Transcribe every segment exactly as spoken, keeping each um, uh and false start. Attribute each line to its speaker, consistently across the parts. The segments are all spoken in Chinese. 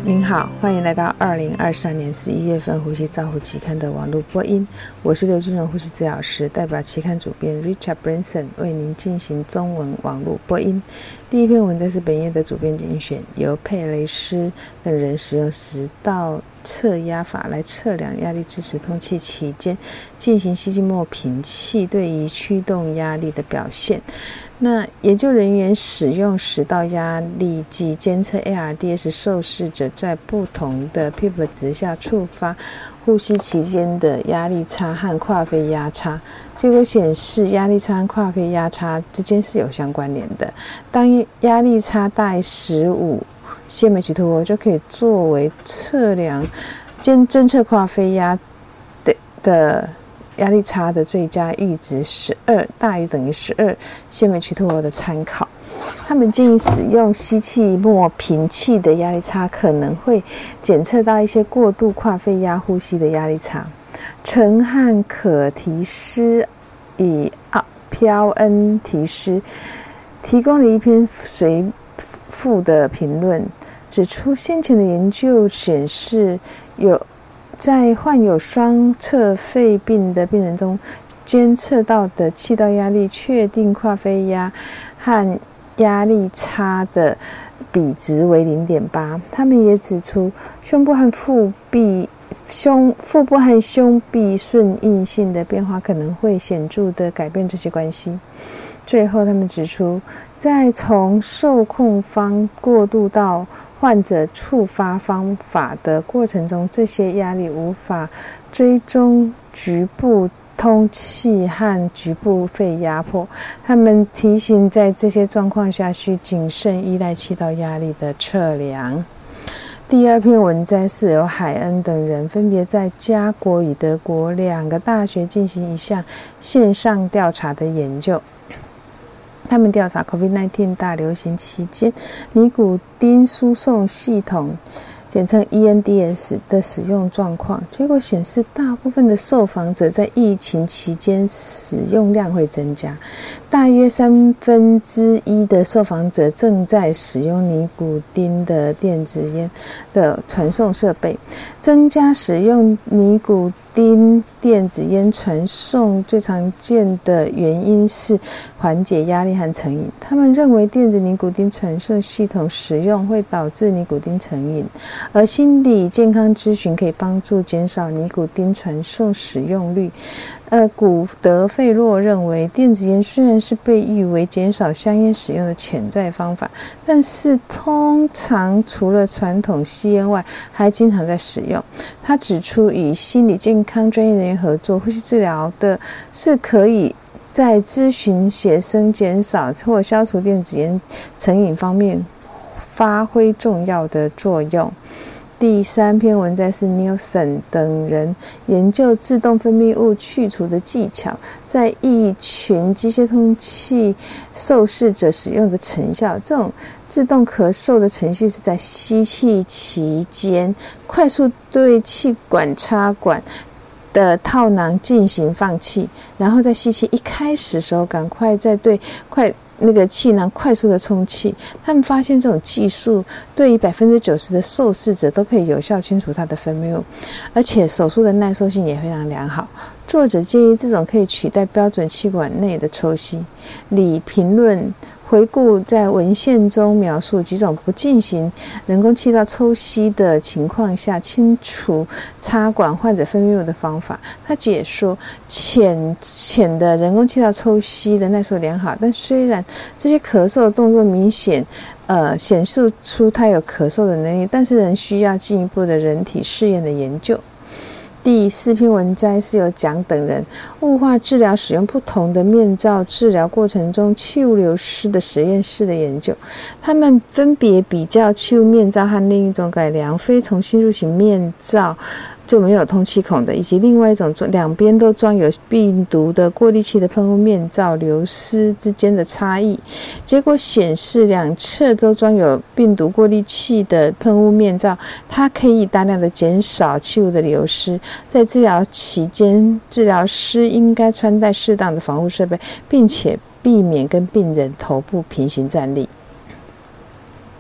Speaker 1: 您好，欢迎来到二零二三年十一月份呼吸照护期刊的网络播音。我是刘君荣护士治疗师，代表期刊主编 Richard Branson 为您进行中文网络播音。第一篇文章是本月的主编精选，由佩雷斯等人使用食道测压法来测量压力支持通气期间进行吸静脉屏气对于驱动压力的表现。那研究人员使用食道压力计监测 A R D S 受试者在不同的 P E P 值下触发呼吸期间的压力差和跨肺压差，结果显示压力差和跨肺压差之间是有相关联的。当压力差大于十五 C M H 2 就可以作为测量监侦测跨肺压 的, 的压力差的最佳阈值十二大于等于十二 C M H 2 的参考。他们建议使用吸气末屏气的压力差可能会检测到一些过度跨肺压呼吸的压力差。陈汉可提斯与飘恩提斯提供了一篇随附的评论，指出先前的研究显示，有在患有双侧肺病的病人中监测到的气道压力确定跨肺压和压力差的比值为 零点八。 他们也指出胸部和腹壁胸腹部和胸壁顺应性的变化可能会显著地改变这些关系。最后他们指出，在从受控方过渡到患者触发方法的过程中，这些压力无法追踪局部通气和局部肺压迫。他们提醒在这些状况下需谨慎依赖气道压力的测量。第二篇文摘是由海恩等人分别在加国与德国两个大学进行一项线上调查的研究。他们调查 COVID 十九 大流行期间尼古丁输送系统简称 E N D S 的使用状况，结果显示大部分的受访者在疫情期间使用量会增加，大约三分之一的受访者正在使用尼古丁的电子烟的传送设备。增加使用尼古丁电子烟传送最常见的原因是缓解压力和成瘾。他们认为电子尼古丁传送系统使用会导致尼古丁成瘾，而心理健康咨询可以帮助减少尼古丁传送使用率。呃，古德费洛认为，电子烟虽然是被誉为减少香烟使用的潜在方法，但是通常除了传统吸烟外，还经常在使用。他指出，与心理健康专业人员合作，呼吸治疗的是可以在咨询、写生、减少或消除电子烟成瘾方面发挥重要的作用。第三篇文摘是 Nielsen 等人研究自动分泌物去除的技巧，在一群机械通气受试者使用的成效。这种自动咳嗽的程序是在吸气期间快速对气管插管的套囊进行放气，然后在吸气一开始的时候赶快再对快那个气囊快速的充气。他们发现这种技术对于 百分之九十 的受试者都可以有效清除它的分泌物，而且手术的耐受性也非常良好。作者建议这种可以取代标准气管内的抽吸。李评论回顾在文献中描述几种不进行人工气道抽吸的情况下清除插管患者分泌物的方法。他解说，浅浅的人工气道抽吸的耐受良好，但虽然这些咳嗽的动作明显呃显示出他有咳嗽的能力，但是仍需要进一步的人体试验的研究。第四篇文摘是由蒋等人雾化治疗使用不同的面罩治疗过程中气雾流失的实验室的研究。他们分别比较气雾面罩和另一种改良非从吸入型面罩就没有通气孔的，以及另外一种两边都装有病毒的过滤器的喷雾面罩流失之间的差异。结果显示，两侧都装有病毒过滤器的喷雾面罩，它可以大量的减少气雾的流失。在治疗期间，治疗师应该穿戴适当的防护设备，并且避免跟病人头部平行站立。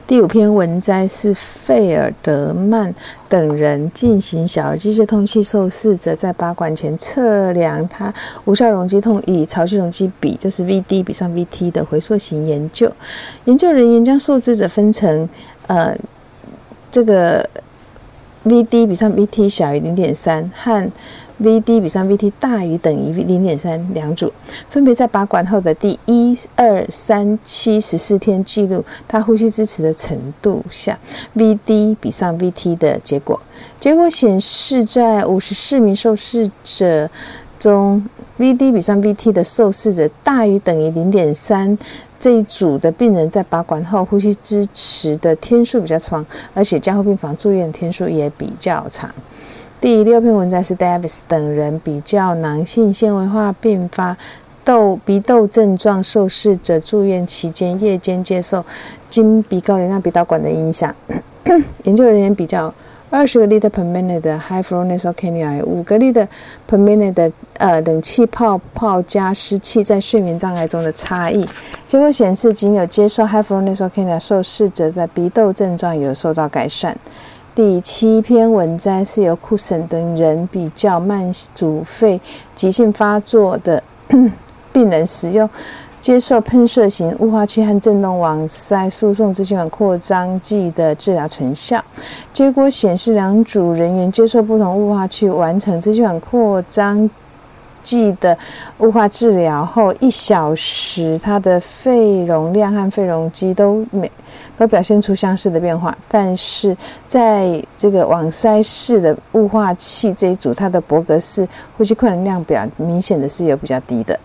Speaker 1: 第五篇文摘是费尔德曼等人进行小儿机械通气受试者在拔管前测量它无效容积痛与潮气容积比，就是 V D 比上 V T 的回溯型研究。研究人员将受试者分成呃这个 V D 比上 V T 小于 零点三 和V D 比上 V T 大于等于 零点三 两组，分别在拔管后的第一、二、三、七、十四天记录他呼吸支持的程度下 V D 比上 V T 的结果。结果显示，在五十四名受试者中 ，V D 比上 V T 的受试者大于等于 零点三。这一组的病人在拔管后呼吸支持的天数比较长，而且加护病房住院天数也比较长。第六篇文章是 Davis 等人比较囊性纤维化并发窦鼻窦症状受试者住院期间夜间接受经鼻高流量鼻导管的影响。研究人员比较二十个 liter per minute 的 high flow nasal cannula 五个 liter per minute 的呃冷气泡泡加湿器在睡眠障碍中的差异。结果显示，仅有接受 high flow nasal cannula 受试者的鼻窦症状有受到改善。第七篇文摘是由库森等人比较慢阻肺急性发作的病人使用接受喷射型雾化器和振动网塞输送支气管扩张剂的治疗成效。结果显示，两组人员接受不同雾化器完成支气管扩张剂的雾化治疗后一小时，它的肺容量和肺容积都没都表现出相似的变化，但是在这个网塞式的雾化器这一组，它的伯格式呼吸困难量表明显的是有比较低的。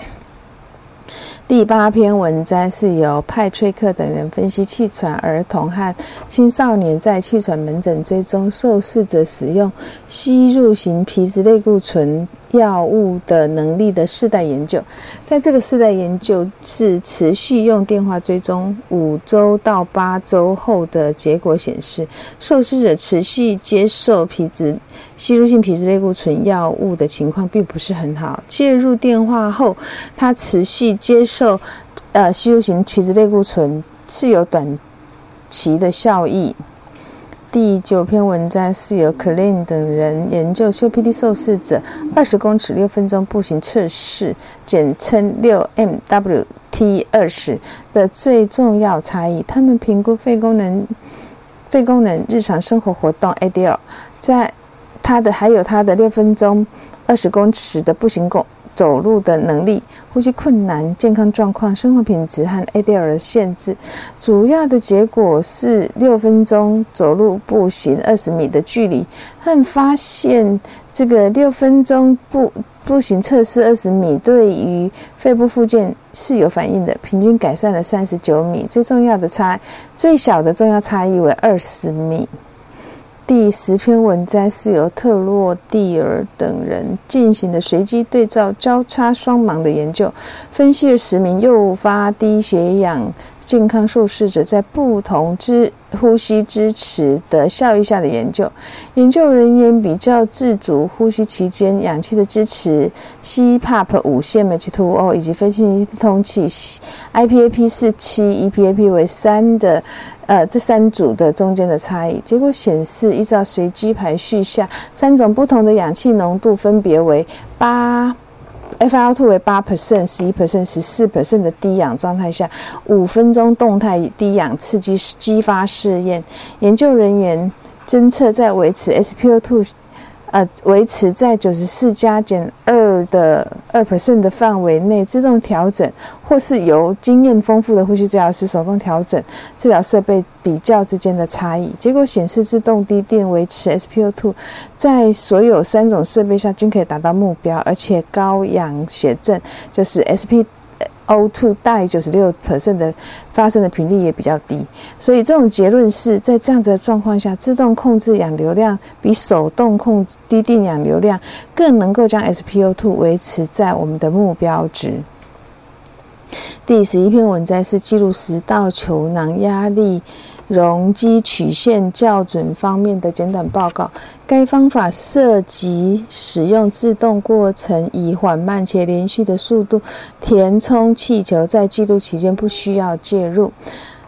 Speaker 1: 第八篇文摘是由派崔克等人分析气喘儿童和青少年在气喘门诊追踪受试者使用吸入型皮质类固醇药物的能力的世代研究。在这个世代研究是持续用电话追踪五周到八周后的结果显示，受试者持续接受皮质吸入性皮质类固醇药物的情况并不是很好。介入电话后，他持续接受呃吸入型皮质类固醇是有短期的效益。第九篇文章是由 Klein 等人研究 C O P D 受试者二十公尺六分钟步行测试，简称 六 M W T 二十 的最重要差异。他们评估肺功能、肺功能日常生活活动 A D L， 在他的还有他的六分钟二十公尺的步行走走路的能力、呼吸困难、健康状况、生活品质和 A D L 的限制。主要的结果是六分钟走路步行二十米的距离，和发现这个六分钟步步行测试二十米对于肺部复健是有反应的，平均改善了三十九米。最重要的差最小的重要差异为二十米。第十篇文摘是由特洛蒂尔等人进行的随机对照交叉双盲的研究，分析了十名诱发低血氧健康受试者在不同支呼吸支持的效益下的研究。研究人员比较自主呼吸期间氧气的支持 C P A P 五 C M H 二 O 以及非气通气 I P A P 是七 E P A P 为三的呃，这三组的中间的差异。结果显示，依照随机排序下，三种不同的氧气浓度分别为八 F I O 二 为 百分之八、十一 百分之十、十四 的低氧状态下，五分钟动态低氧刺激激发试验。研究人员侦测在维持 S P O 二呃，维持在九十四加减二的 百分之二 的范围内自动调整，或是由经验丰富的呼吸治疗师手动调整治疗设备比较之间的差异。结果显示，自动低电维持 S P O 二 在所有三种设备下均可以达到目标，而且高氧血症就是 S P O 二 大于 百分之九十六 的发生的频率也比较低。所以这种结论是在这样子的状况下，自动控制氧流量比手动控制低定氧流量更能够将 S P O 二 维持在我们的目标值。第十一篇文摘是记录食道球囊压力容积曲线校准方面的简短报告。该方法涉及使用自动过程，以缓慢且连续的速度填充气球，在记录期间不需要介入。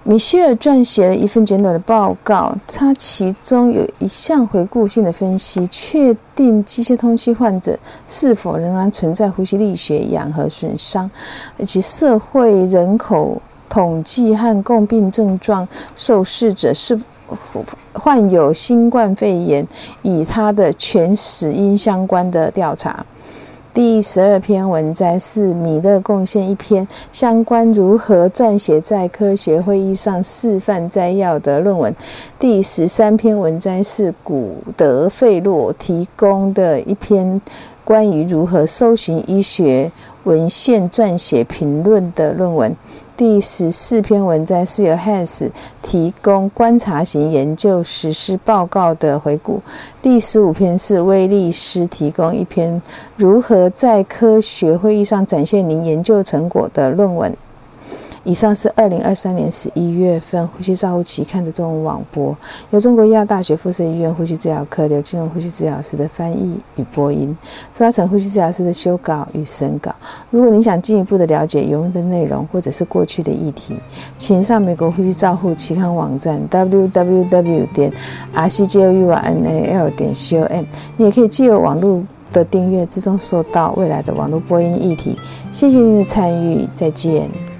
Speaker 1: 米歇尔撰写了一份简短的报告，他其中有一项回顾性的分析，确定机械通气患者是否仍然存在呼吸力学氧和损伤，以及社会人口统计和共病症状受试者是患有新冠肺炎与它的全死因相关的调查。第十二篇文摘是米勒贡献一篇相关如何撰写在科学会议上示范摘要的论文。第十三篇文摘是古德费洛提供的一篇关于如何搜寻医学文献撰写评论的论文。第十四篇文摘是由 Hess 提供观察型研究实施报告的回顾。第十五篇是威利斯提供一篇如何在科学会议上展现您研究成果的论文。以上是二零二三年十一月份呼吸照护期刊的中文网播，由中国医药大学附设医院呼吸治疗科刘俊荣呼吸治疗师的翻译与播音，苏嘉诚呼吸治疗师的修稿与审稿。如果您想进一步的了解原文的内容或者是过去的议题，请上美国呼吸照护期刊网站 double u double u double u 点 r c j o u r n a l 点 com。 你也可以藉由网络的订阅自动收到未来的网络播音议题。谢谢您的参与，再见。